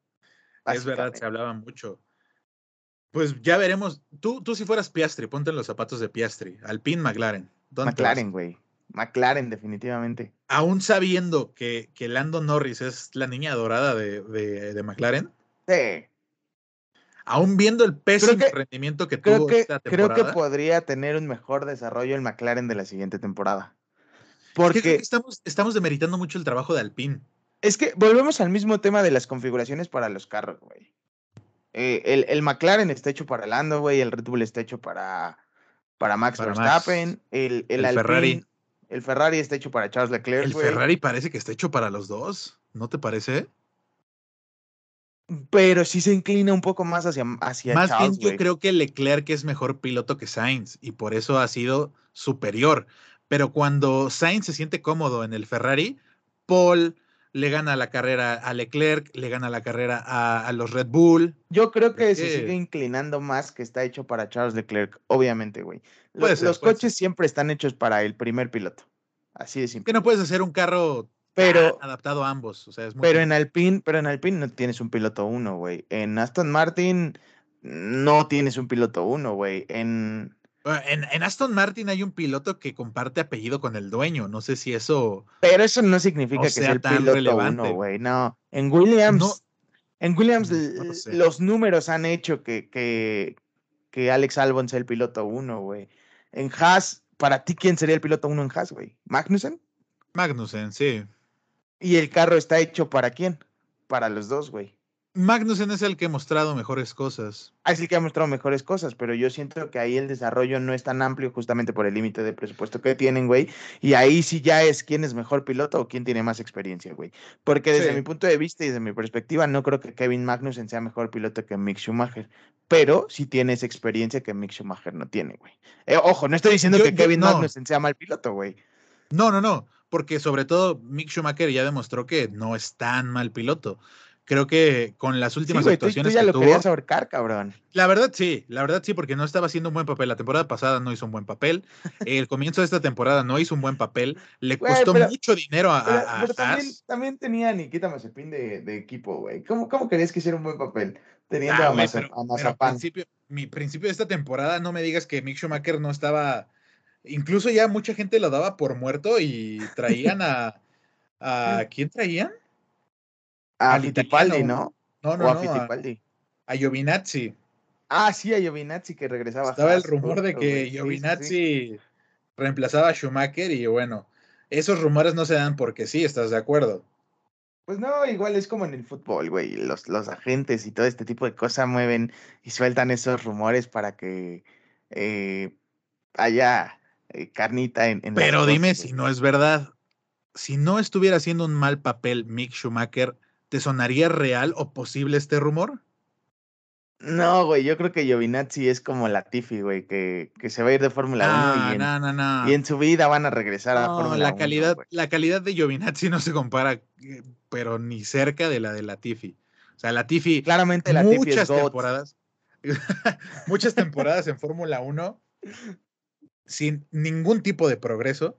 Speaker 3: Es verdad, se
Speaker 2: Básicamente.
Speaker 3: hablaba mucho. Pues ya veremos. Tú, tú si fueras Piastri, ponte en los zapatos de Piastri. Alpine, McLaren. ¿Dónde te vas?
Speaker 2: McLaren, güey. McLaren, definitivamente.
Speaker 3: Aún sabiendo que, que Lando Norris es la niña dorada de, de, de McLaren,
Speaker 2: Sí.
Speaker 3: aún viendo el pésimo
Speaker 2: Creo que,
Speaker 3: rendimiento que
Speaker 2: creo
Speaker 3: tuvo
Speaker 2: que,
Speaker 3: esta
Speaker 2: creo que
Speaker 3: temporada,
Speaker 2: podría tener un mejor desarrollo el McLaren de la siguiente temporada.
Speaker 3: es que creo que
Speaker 2: Porque
Speaker 3: estamos, estamos demeritando mucho el trabajo de Alpine.
Speaker 2: es que volvemos al mismo tema de las configuraciones para los carros, güey. Eh, el, el McLaren está hecho para Lando, güey. El Red Bull está hecho para, para Max
Speaker 3: Para Max,
Speaker 2: Verstappen. El, el,
Speaker 3: el
Speaker 2: Alpine,
Speaker 3: Ferrari.
Speaker 2: el Ferrari está hecho para Charles Leclerc,
Speaker 3: El
Speaker 2: güey.
Speaker 3: Ferrari parece que está hecho para los dos, ¿no te parece?
Speaker 2: Pero sí se inclina un poco más hacia, hacia
Speaker 3: Más bien
Speaker 2: Charles,
Speaker 3: yo
Speaker 2: güey.
Speaker 3: creo que Leclerc es mejor piloto que Sainz y por eso ha sido superior. Pero cuando Sainz se siente cómodo en el Ferrari, Paul le gana la carrera a Leclerc, le gana la carrera a, a los Red Bull.
Speaker 2: Yo creo que
Speaker 3: Es
Speaker 2: se
Speaker 3: que
Speaker 2: sigue inclinando más que está hecho para Charles Leclerc, obviamente, güey. Lo-
Speaker 3: puede ser,
Speaker 2: los
Speaker 3: puede
Speaker 2: coches
Speaker 3: ser.
Speaker 2: siempre están hechos para el primer piloto. Así de simple.
Speaker 3: Que no puedes hacer un carro
Speaker 2: Pero,
Speaker 3: tan adaptado a ambos. O sea, es muy
Speaker 2: pero en
Speaker 3: complicado.
Speaker 2: Alpine, pero en Alpine no tienes un piloto uno, güey. En Aston Martin no tienes un piloto uno, güey. En,
Speaker 3: Bueno, En, en Aston Martin hay un piloto que comparte apellido con el dueño. No sé si eso
Speaker 2: pero eso no
Speaker 3: no
Speaker 2: significa que sea
Speaker 3: sea
Speaker 2: el
Speaker 3: tan
Speaker 2: piloto uno,
Speaker 3: relevante.
Speaker 2: güey. No. En
Speaker 3: No,
Speaker 2: Williams, en Williams
Speaker 3: no lo
Speaker 2: l-
Speaker 3: sé.
Speaker 2: los números han hecho que, que, que Alex Albon sea el piloto uno, güey. En Haas, para ti, ¿quién sería el piloto uno en Haas, güey? ¿Magnussen?
Speaker 3: Magnussen, sí.
Speaker 2: Y el carro está hecho ¿para quién? Para los dos, güey.
Speaker 3: Magnussen es el que ha mostrado mejores cosas.
Speaker 2: Ah, es el que ha mostrado mejores cosas, pero yo siento que ahí el desarrollo no es tan amplio justamente por el límite de presupuesto que tienen, güey. Y ahí sí ya es quién es mejor piloto o quién tiene más experiencia, güey. Porque desde
Speaker 3: Sí.
Speaker 2: mi punto de vista y desde mi perspectiva, no creo que Kevin Magnussen sea mejor piloto que Mick Schumacher, pero sí tiene esa experiencia que Mick Schumacher no tiene, güey. Eh, ojo, no estoy diciendo
Speaker 3: Yo,
Speaker 2: que
Speaker 3: yo,
Speaker 2: Kevin
Speaker 3: no,
Speaker 2: Magnussen sea mal piloto, güey.
Speaker 3: no, no, no, porque sobre todo Mick Schumacher ya demostró que no es tan mal piloto. Creo que con las
Speaker 2: Sí,
Speaker 3: últimas
Speaker 2: güey, tú, tú
Speaker 3: actuaciones
Speaker 2: ya
Speaker 3: que
Speaker 2: lo querías
Speaker 3: tuvo,
Speaker 2: ahorcar, cabrón.
Speaker 3: la verdad sí, la verdad sí, porque no estaba haciendo un buen papel. La temporada pasada no hizo un buen papel. El comienzo de esta temporada no hizo un buen papel. Le
Speaker 2: Güey,
Speaker 3: costó
Speaker 2: pero,
Speaker 3: mucho dinero a,
Speaker 2: pero,
Speaker 3: a, a
Speaker 2: pero también,
Speaker 3: Haas.
Speaker 2: también tenía a Nikita Mazepin de, de equipo, güey. ¿Cómo, cómo querías que hiciera un buen papel teniendo
Speaker 3: Ah,
Speaker 2: a,
Speaker 3: güey,
Speaker 2: Maza-
Speaker 3: pero,
Speaker 2: a
Speaker 3: pero a
Speaker 2: Mazapán?
Speaker 3: principio, mi principio de esta temporada, no me digas que Mick Schumacher no estaba. Incluso ya mucha gente lo daba por muerto y traían a. ¿A quién traían?
Speaker 2: A
Speaker 3: Al
Speaker 2: Fittipaldi,
Speaker 3: italiano.
Speaker 2: ¿no?
Speaker 3: No, no,
Speaker 2: O a
Speaker 3: no, a,
Speaker 2: Fittipaldi.
Speaker 3: a Giovinazzi.
Speaker 2: Ah, sí, a Giovinazzi que regresaba a
Speaker 3: Estaba el
Speaker 2: Haas,
Speaker 3: rumor de
Speaker 2: justo,
Speaker 3: que
Speaker 2: güey. Sí, sí, sí.
Speaker 3: Giovinazzi reemplazaba a Schumacher y bueno, esos rumores no se dan porque sí, ¿estás de acuerdo?
Speaker 2: Pues no, igual es como en el fútbol, güey. Los, los agentes y todo este tipo de cosas mueven y sueltan esos rumores para que eh, haya eh, carnita en, en las
Speaker 3: Pero dime
Speaker 2: cosas,
Speaker 3: si
Speaker 2: güey.
Speaker 3: no es verdad. Si no estuviera haciendo un mal papel Mick Schumacher, ¿te sonaría real o posible este rumor?
Speaker 2: No, güey, yo creo que Giovinazzi es como Latifi, güey, que, que se va a ir de Fórmula uno y
Speaker 3: No,
Speaker 2: en,
Speaker 3: no, no,
Speaker 2: y
Speaker 3: no.
Speaker 2: en su vida van a regresar a
Speaker 3: No,
Speaker 2: Fórmula
Speaker 3: la
Speaker 2: uno,
Speaker 3: calidad,
Speaker 2: güey.
Speaker 3: la calidad de Giovinazzi no se compara, eh, pero ni cerca de la de Latifi. O sea, Latifi,
Speaker 2: Claramente Latifi es
Speaker 3: muchas
Speaker 2: GOAT.
Speaker 3: temporadas, muchas temporadas en Fórmula uno sin ningún tipo de progreso,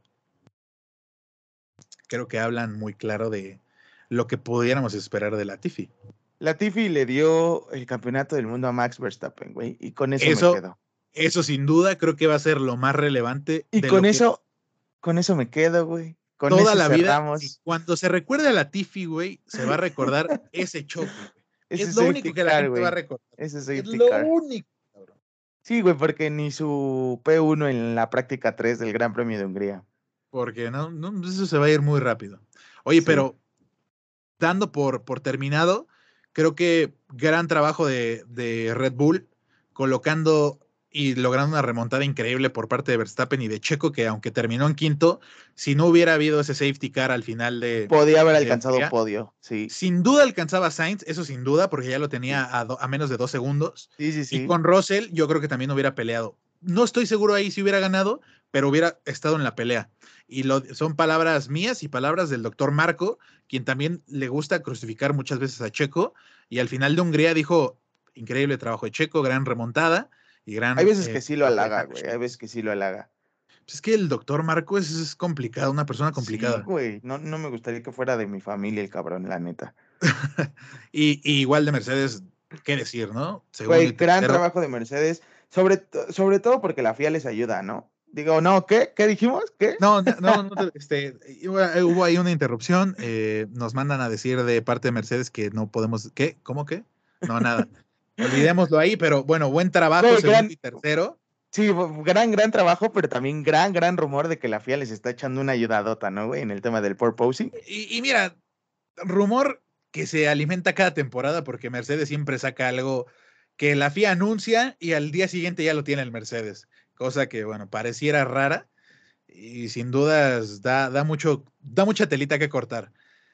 Speaker 3: creo que hablan muy claro de lo que pudiéramos esperar de Latifi.
Speaker 2: Latifi le dio el campeonato del mundo a Max Verstappen, güey, y con eso me
Speaker 3: Eso,
Speaker 2: quedo.
Speaker 3: eso sin duda creo que va a ser lo más relevante
Speaker 2: Y
Speaker 3: de
Speaker 2: con
Speaker 3: lo que
Speaker 2: eso, con eso me quedo, güey. Con
Speaker 3: toda
Speaker 2: eso
Speaker 3: la vida, y
Speaker 2: cerramos
Speaker 3: cuando se recuerde a Latifi, güey, se va a recordar ese choque, güey.
Speaker 2: ese
Speaker 3: Es lo único
Speaker 2: safety
Speaker 3: que la
Speaker 2: car,
Speaker 3: gente va a
Speaker 2: güey.
Speaker 3: recordar.
Speaker 2: Ese
Speaker 3: Es
Speaker 2: safety
Speaker 3: lo
Speaker 2: car.
Speaker 3: único, cabrón.
Speaker 2: Sí, güey, porque ni su P uno en la práctica tres del Gran Premio de Hungría.
Speaker 3: Porque no, no, eso se va a ir muy rápido. Oye,
Speaker 2: Sí.
Speaker 3: pero dando por, por terminado, creo que gran trabajo de, de Red Bull, colocando y logrando una remontada increíble por parte de Verstappen y de Checo, que aunque terminó en quinto, si no hubiera habido ese safety car al final de,
Speaker 2: Podía haber
Speaker 3: de
Speaker 2: alcanzado
Speaker 3: Hungría,
Speaker 2: podio, sí.
Speaker 3: sin duda alcanzaba a Sainz, eso sin duda, porque ya lo tenía
Speaker 2: Sí,
Speaker 3: a, do, a menos de dos segundos.
Speaker 2: sí, sí.
Speaker 3: Y
Speaker 2: Sí.
Speaker 3: con Russell, yo creo que también hubiera peleado. No estoy seguro ahí si hubiera ganado, pero hubiera estado en la pelea. Y lo, son palabras mías y palabras del doctor Marco, quien también le gusta crucificar muchas veces a Checo. Y al final de Hungría dijo: increíble trabajo de Checo, gran remontada y
Speaker 2: Hay
Speaker 3: gran
Speaker 2: veces
Speaker 3: eh,
Speaker 2: que sí lo
Speaker 3: papel.
Speaker 2: halaga, güey. Hay veces que sí lo halaga.
Speaker 3: Pues es que el doctor Marco es, es complicado, una persona
Speaker 2: Sí,
Speaker 3: complicada.
Speaker 2: güey. No, no me gustaría que fuera de mi familia el cabrón, la neta.
Speaker 3: y, y igual de Mercedes, qué decir, ¿no? Segundo y
Speaker 2: Güey, gran
Speaker 3: tercero.
Speaker 2: trabajo de Mercedes, sobre, to- sobre todo porque la F I A les ayuda, ¿no? Digo, no, ¿qué? ¿Qué dijimos? ¿Qué?
Speaker 3: No, no, no, no te- este, hubo, hubo ahí una interrupción. Eh, nos mandan a decir de parte de Mercedes que no podemos. ¿Qué? ¿Cómo qué? No, nada. Olvidémoslo ahí, pero bueno, buen trabajo,
Speaker 2: Güey,
Speaker 3: segundo
Speaker 2: gran,
Speaker 3: y tercero.
Speaker 2: sí, bu- gran, gran trabajo, pero también gran, gran rumor de que la F I A les está echando una ayudadota, ¿no, güey? En el tema del porpoising.
Speaker 3: Y, y mira, rumor que se alimenta cada temporada porque Mercedes siempre saca algo que la F I A anuncia y al día siguiente ya lo tiene el Mercedes. Cosa que, bueno, pareciera rara y sin dudas da, da, mucho, da mucha telita que cortar.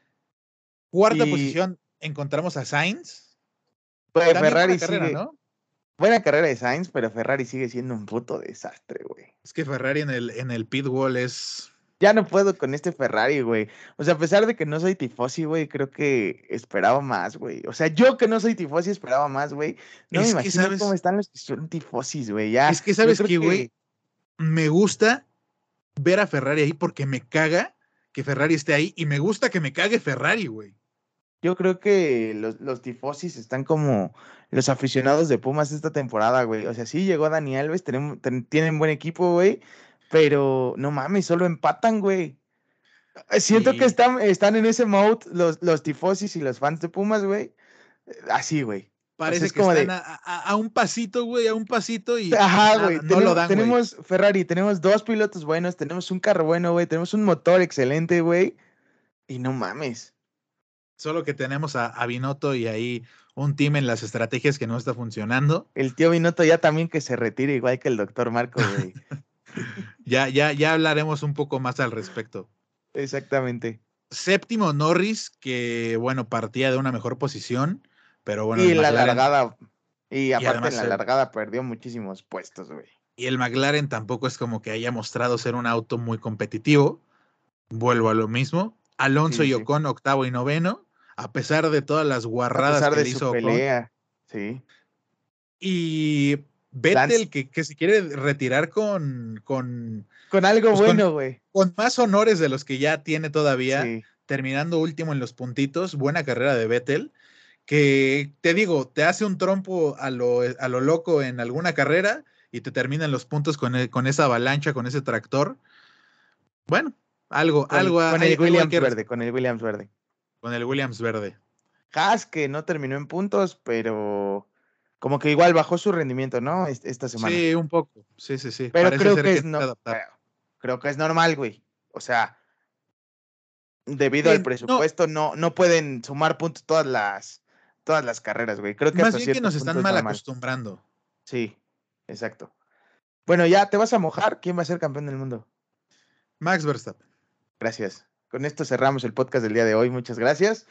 Speaker 3: Cuarta
Speaker 2: Y,
Speaker 3: posición, encontramos a Sainz.
Speaker 2: pues,
Speaker 3: También buena
Speaker 2: Ferrari
Speaker 3: carrera,
Speaker 2: sigue,
Speaker 3: ¿no?
Speaker 2: buena carrera de Sainz, pero Ferrari sigue siendo un puto desastre, güey.
Speaker 3: Es que Ferrari en el, en el pit wall es.
Speaker 2: Ya no puedo con este Ferrari, güey. O sea, a pesar de que no soy tifosi, güey, creo que esperaba más, güey. O sea, yo que no soy tifosi esperaba más, güey. No me
Speaker 3: Es que,
Speaker 2: imagino cómo
Speaker 3: ¿sabes?
Speaker 2: están los que son tifosis, güey. Ya,
Speaker 3: Es que,
Speaker 2: yo
Speaker 3: ¿sabes
Speaker 2: creo
Speaker 3: qué, güey?
Speaker 2: que,
Speaker 3: Me gusta ver a Ferrari ahí porque me caga que Ferrari esté ahí y me gusta que me cague Ferrari, güey.
Speaker 2: yo creo que los, los tifosis están como los aficionados de Pumas esta temporada, güey. O sea, sí llegó Dani Alves, tenemos, ten- tienen buen equipo, güey. Pero no mames, solo empatan, güey. Eh, Siento que
Speaker 3: Sí.
Speaker 2: están, están en ese mode los, los tifosis y los fans de Pumas, güey. Eh, Así, güey.
Speaker 3: Parece
Speaker 2: es
Speaker 3: que
Speaker 2: como
Speaker 3: están
Speaker 2: de-
Speaker 3: a, a- a un pasito, güey, a un pasito y
Speaker 2: Ajá,
Speaker 3: nada,
Speaker 2: güey.
Speaker 3: no
Speaker 2: tenemos,
Speaker 3: lo dan, güey.
Speaker 2: tenemos Ferrari, tenemos dos pilotos buenos, tenemos un carro bueno, güey, tenemos un motor excelente, güey. Y no mames.
Speaker 3: Solo que tenemos a, a Binotto y ahí un team en las estrategias que no está funcionando.
Speaker 2: El tío Binotto ya también que se retire, igual que el doctor Marco, güey.
Speaker 3: Ya, ya, ya hablaremos un poco más al respecto.
Speaker 2: Exactamente.
Speaker 3: Séptimo Norris, que bueno, partía de una mejor posición, pero bueno,
Speaker 2: y
Speaker 3: el
Speaker 2: en la
Speaker 3: McLaren,
Speaker 2: largada, y aparte
Speaker 3: además
Speaker 2: en la
Speaker 3: el-
Speaker 2: largada perdió muchísimos puestos, güey.
Speaker 3: y el McLaren tampoco es como que haya mostrado ser un auto muy competitivo. Vuelvo a lo mismo. Alonso
Speaker 2: Sí,
Speaker 3: y
Speaker 2: sí.
Speaker 3: Ocon, octavo y noveno, a pesar de todas las
Speaker 2: A
Speaker 3: guarradas
Speaker 2: pesar
Speaker 3: que
Speaker 2: de
Speaker 3: le
Speaker 2: su
Speaker 3: hizo Ocon.
Speaker 2: pelea, sí.
Speaker 3: Y Vettel, que, que se quiere retirar con, con,
Speaker 2: Con algo
Speaker 3: pues con-
Speaker 2: bueno, güey.
Speaker 3: con más honores de los que ya tiene todavía,
Speaker 2: Sí.
Speaker 3: terminando último en los puntitos. Buena carrera de Vettel, que te digo, te hace un trompo a lo, a lo loco en alguna carrera y te terminan los puntos con, el- con esa avalancha, con ese tractor. Bueno, algo,
Speaker 2: Con,
Speaker 3: algo,
Speaker 2: con
Speaker 3: hay-
Speaker 2: el
Speaker 3: algo hay
Speaker 2: Williams
Speaker 3: que
Speaker 2: verde, con el Williams verde.
Speaker 3: con el Williams verde.
Speaker 2: Haas que no terminó en puntos, pero como que igual bajó su rendimiento, ¿no? Es- Esta semana.
Speaker 3: Sí, un poco. Sí, sí, sí.
Speaker 2: pero
Speaker 3: Parece
Speaker 2: creo
Speaker 3: ser
Speaker 2: que,
Speaker 3: que
Speaker 2: es
Speaker 3: se
Speaker 2: no,
Speaker 3: adaptar.
Speaker 2: creo, creo que es normal, güey. O sea, debido
Speaker 3: Sí,
Speaker 2: al
Speaker 3: no.
Speaker 2: presupuesto, no, no pueden sumar puntos todas las, todas las carreras, güey. Creo que
Speaker 3: Más
Speaker 2: hasta
Speaker 3: bien que
Speaker 2: cierto
Speaker 3: nos
Speaker 2: punto
Speaker 3: están
Speaker 2: es
Speaker 3: mal
Speaker 2: normal.
Speaker 3: acostumbrando.
Speaker 2: Sí, exacto. Bueno, ya te vas a mojar. ¿Quién va a ser campeón del mundo?
Speaker 3: Max Verstappen.
Speaker 2: Gracias. Con esto cerramos el podcast del día de hoy. Muchas gracias.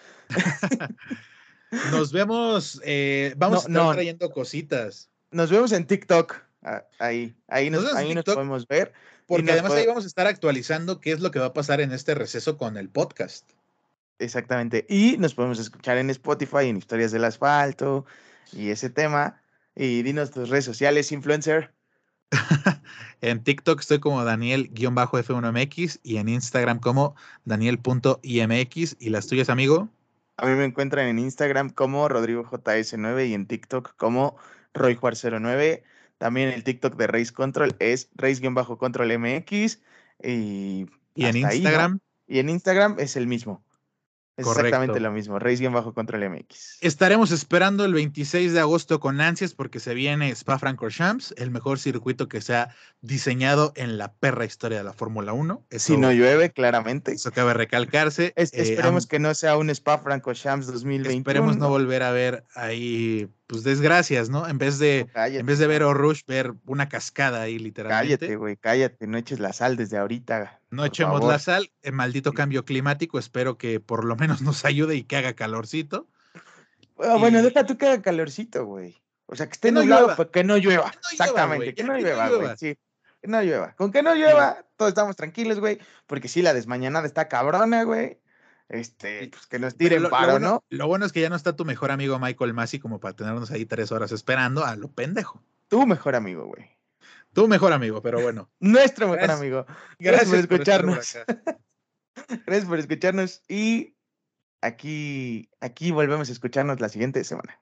Speaker 3: Nos vemos. eh, vamos
Speaker 2: No,
Speaker 3: a estar
Speaker 2: no.
Speaker 3: trayendo cositas.
Speaker 2: Nos vemos en TikTok. Ah, Ahí, ahí,
Speaker 3: Nos
Speaker 2: nos,
Speaker 3: vemos en
Speaker 2: ahí nos
Speaker 3: TikTok,
Speaker 2: podemos ver. y
Speaker 3: Porque
Speaker 2: nos
Speaker 3: además
Speaker 2: pode-
Speaker 3: ahí vamos a estar actualizando qué es lo que va a pasar en este receso con el podcast.
Speaker 2: Exactamente. Y nos podemos escuchar en Spotify, en Historias del Asfalto y ese tema. Y dinos tus redes sociales, influencer.
Speaker 3: En TikTok estoy como Daniel-F uno M X y en Instagram como Daniel.imx. ¿Y las tuyas, amigo?
Speaker 2: A mí me encuentran en Instagram como Rodrigo J S nueve y en TikTok como RoyJuar cero nueve. También el TikTok de Race Control es Race-Control M X. Y,
Speaker 3: Y en
Speaker 2: hasta ahí, ¿no?
Speaker 3: Instagram,
Speaker 2: Y en Instagram es el mismo. Es
Speaker 3: Correcto.
Speaker 2: exactamente lo mismo. Race-Control M X.
Speaker 3: estaremos esperando el veintiséis de agosto con ansias porque se viene Spa-Francorchamps, el mejor circuito que se ha diseñado en la perra historia de la Fórmula uno. Eso,
Speaker 2: Si no llueve, claramente.
Speaker 3: eso cabe recalcarse.
Speaker 2: Es-
Speaker 3: Eh,
Speaker 2: esperemos
Speaker 3: am-
Speaker 2: que no sea un Spa-Francorchamps dos mil veintiuno.
Speaker 3: Esperemos no volver a ver ahí, pues, desgracias, ¿no? En vez de,
Speaker 2: No, cállate,
Speaker 3: en vez de ver
Speaker 2: no.
Speaker 3: Rush, ver una cascada ahí, literalmente.
Speaker 2: Cállate, güey, cállate. No eches la sal desde ahorita.
Speaker 3: No
Speaker 2: por
Speaker 3: echemos
Speaker 2: favor.
Speaker 3: la sal, el maldito
Speaker 2: Sí.
Speaker 3: cambio climático, espero que por lo menos nos ayude y que haga calorcito.
Speaker 2: Ah, Bueno,
Speaker 3: y-
Speaker 2: deja tú que haga calorcito, güey. O sea, que esté
Speaker 3: Que no
Speaker 2: nublado,
Speaker 3: llueva.
Speaker 2: pero que no llueva.
Speaker 3: Que no llueva,
Speaker 2: Exactamente,
Speaker 3: güey,
Speaker 2: que
Speaker 3: ya
Speaker 2: no
Speaker 3: que no
Speaker 2: llueva, güey.
Speaker 3: llueva.
Speaker 2: Sí, que no llueva. Con que no llueva, todos estamos tranquilos, güey. Porque sí, la desmañanada está cabrona, güey. Este, pues que nos
Speaker 3: Pero
Speaker 2: tiren
Speaker 3: lo, lo
Speaker 2: paro,
Speaker 3: bueno,
Speaker 2: ¿no?
Speaker 3: lo bueno es que ya no está tu mejor amigo Michael Massey como para tenernos ahí tres horas esperando a lo pendejo.
Speaker 2: Tu mejor amigo, güey.
Speaker 3: Tu mejor amigo, pero bueno.
Speaker 2: Nuestro mejor
Speaker 3: Gracias-
Speaker 2: amigo.
Speaker 3: Gracias,
Speaker 2: por
Speaker 3: por estar por
Speaker 2: escucharnos.
Speaker 3: acá.
Speaker 2: Gracias por escucharnos y aquí, aquí volvemos a escucharnos la siguiente semana.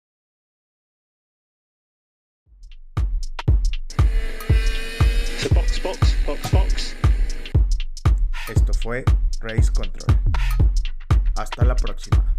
Speaker 4: So box, box, box, box.
Speaker 2: Esto fue Race Control. Hasta la próxima.